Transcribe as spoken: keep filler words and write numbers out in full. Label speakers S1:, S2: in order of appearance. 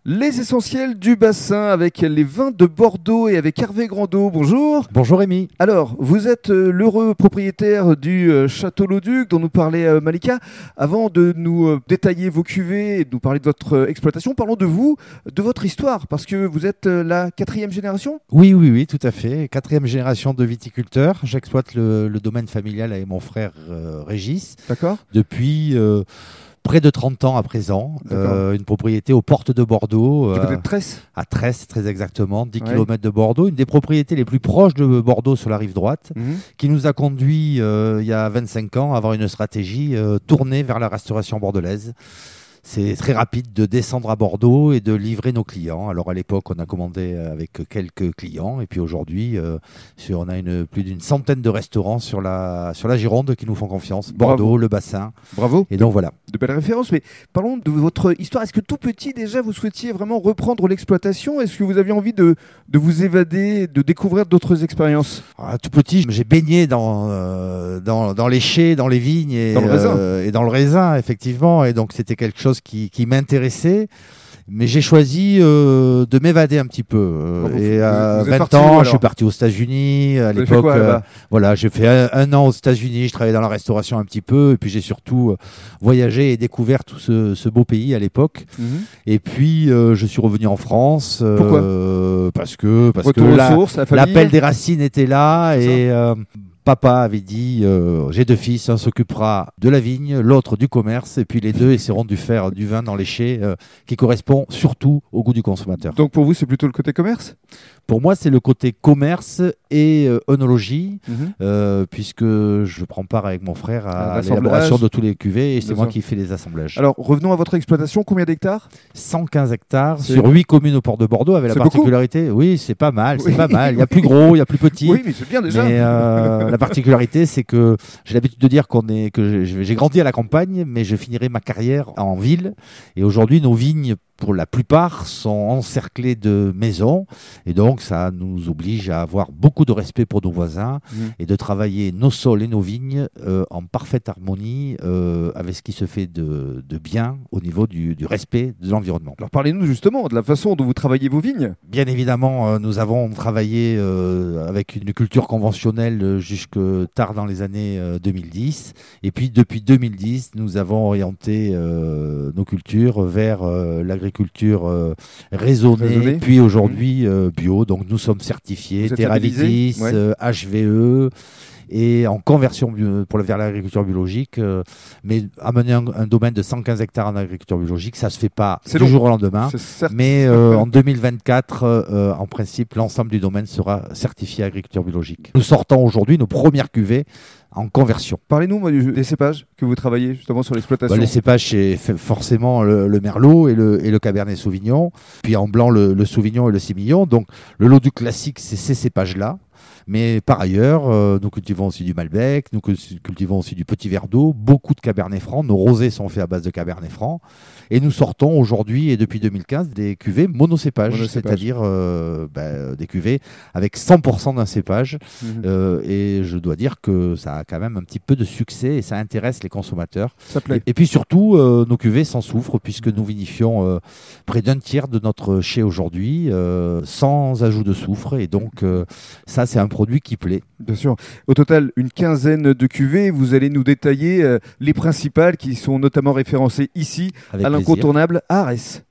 S1: Les essentiels du bassin avec les vins de Bordeaux et avec Hervé Grandot. Bonjour.
S2: Bonjour Rémi.
S1: Alors, vous êtes euh, l'heureux propriétaire du euh, Château Lauduc dont nous parlait euh, Malika. Avant de nous euh, détailler vos cuvées et de nous parler de votre euh, exploitation, parlons de vous, de votre histoire, parce que vous êtes euh, la quatrième génération.
S2: Oui, oui, oui, tout à fait. Quatrième génération de viticulteurs. J'exploite le, le domaine familial avec mon frère euh, Régis.
S1: D'accord.
S2: Depuis euh, près de trente ans à présent. Euh, une propriété aux portes de Bordeaux.
S1: Du côté
S2: euh,
S1: de Tresse.
S2: à Tresse, très exactement, dix
S1: Ouais.
S2: kilomètres de Bordeaux. Une des propriétés les plus proches de Bordeaux sur la rive droite,
S1: Mhm.
S2: qui nous a conduit euh, il y a vingt-cinq ans à avoir une stratégie euh, tournée vers la restauration bordelaise. C'est très rapide de descendre à Bordeaux et de livrer nos clients. Alors à l'époque, on a commandé avec quelques clients et puis aujourd'hui, euh, sur- on a une, plus d'une centaine de restaurants sur la, sur la Gironde qui nous font confiance. Bordeaux,
S1: Bravo.
S2: le bassin.
S1: Bravo.
S2: Et donc voilà.
S1: De belles références, mais parlons de votre histoire. Est-ce que tout petit déjà vous souhaitiez vraiment reprendre l'exploitation? Est-ce que vous aviez envie de, de vous évader, de découvrir d'autres expériences?
S2: Ah, tout petit, j'ai baigné dans, euh, dans, dans les chais, dans les vignes et
S1: Dans le raisin.
S2: euh, et dans le raisin, effectivement. Et donc c'était quelque chose qui, qui m'intéressait. Mais j'ai choisi euh, de m'évader un petit peu. Euh,
S1: Ah, vous-
S2: et
S1: vous-
S2: à
S1: vous êtes
S2: vingt
S1: parti où,
S2: ans,
S1: alors
S2: je suis parti aux États-Unis. À
S1: Vous avez fait
S2: l'époque,
S1: quoi,
S2: euh,
S1: là-bas?
S2: voilà, j'ai fait un, un an aux États-Unis. Je travaillais dans la restauration un petit peu. Et puis j'ai surtout euh, voyagé et découvert tout ce, ce beau pays à l'époque.
S1: Mhm.
S2: Et puis euh, je suis revenu en France. euh,
S1: Pourquoi
S2: Parce que parce
S1: Retour
S2: que
S1: aux
S2: la-
S1: sources, la famille.
S2: l'appel des racines était là
S1: C'est ça.
S2: et euh, papa avait dit euh, j'ai deux fils, un s'occupera de la vigne, l'autre du commerce, et puis les deux essaieront de faire du vin dans les chais euh, qui correspond surtout au goût du consommateur.
S1: Donc pour vous, c'est plutôt le côté commerce?
S2: Pour moi, c'est le côté commerce et euh, œnologie,
S1: Mhm.
S2: euh, puisque je prends part avec mon frère
S1: À
S2: à
S1: l'assemblage.
S2: l'élaboration de tous les cuvées et c'est
S1: Bien
S2: moi
S1: sûr.
S2: qui fais les assemblages.
S1: Alors revenons à votre exploitation. Combien d'hectares?
S2: cent quinze hectares
S1: C'est-
S2: sur huit communes au port de Bordeaux, avec la
S1: C'est beaucoup.
S2: particularité. Oui, c'est pas mal, c'est
S1: Oui.
S2: pas mal. Il y a plus gros, il y a plus petit.
S1: Oui, mais c'est bien déjà.
S2: Mais euh, la particularité, c'est que j'ai l'habitude de dire qu'on est, que j'ai j'ai grandi à la campagne, mais je finirai ma carrière en ville. Et aujourd'hui, nos vignes, pour la plupart, sont encerclées de maisons. Et donc, ça nous oblige à avoir beaucoup de respect pour nos voisins
S1: Mhm.
S2: et de travailler nos sols et nos vignes euh, en parfaite harmonie euh, avec ce qui se fait de, de bien au niveau du, du respect de l'environnement.
S1: Alors parlez-nous justement de la façon dont vous travaillez vos vignes.
S2: Bien évidemment, euh, nous avons travaillé euh, avec une culture conventionnelle euh, jusque tard dans les années euh, deux mille dix. Et puis depuis deux mille dix, nous avons orienté euh, nos cultures vers euh, l'agriculture euh, raisonnée,
S1: Raisonnée.
S2: puis aujourd'hui euh, bio. Donc nous sommes certifiés
S1: Vous êtes
S2: Terra
S1: labellisé,
S2: Vitis,
S1: ouais.
S2: euh, H V E. Et en conversion bio- pour le, vers l'agriculture biologique, euh, mais amener un, un domaine de cent quinze hectares en agriculture biologique, ça se fait pas
S1: C'est
S2: du
S1: long.
S2: jour au lendemain.
S1: C'est certes.
S2: Mais euh, en deux mille vingt-quatre, euh, en principe, l'ensemble du domaine sera certifié agriculture biologique. Nous sortons aujourd'hui nos premières cuvées en conversion.
S1: Parlez-nous moi, du- des cépages que vous travaillez justement sur l'exploitation.
S2: Bah, les cépages, c'est f- forcément le, le Merlot et le, et le Cabernet Sauvignon. Puis en blanc, le, le Sauvignon et le Sémillon. Donc le lot du classique, c'est ces cépages-là. Mais par ailleurs, euh, nous cultivons aussi du Malbec, nous cul- cultivons aussi du Petit Verdot, beaucoup de Cabernet Franc. Nos rosés sont faits à base de Cabernet Franc. Et nous sortons aujourd'hui et depuis deux mille quinze des cuvées monocépages,
S1: Monocépages.
S2: c'est-à-dire euh, bah, des cuvées avec cent pour cent d'un cépage.
S1: Mhm.
S2: Euh, et je dois dire que ça a quand même un petit peu de succès et ça intéresse les consommateurs.
S1: Ça plaît.
S2: Et, et puis surtout, euh, nos cuvées sans soufre, puisque nous vinifions euh, près d'un tiers de notre chai aujourd'hui, euh, sans ajout de soufre. Et donc, euh, ça, c'est un produit qui plaît.
S1: Bien sûr. Au total, une quinzaine de cuvées. Vous allez nous détailler euh, les principales qui sont notamment référencées ici
S2: Avec
S1: à
S2: plaisir.
S1: l'incontournable Arès.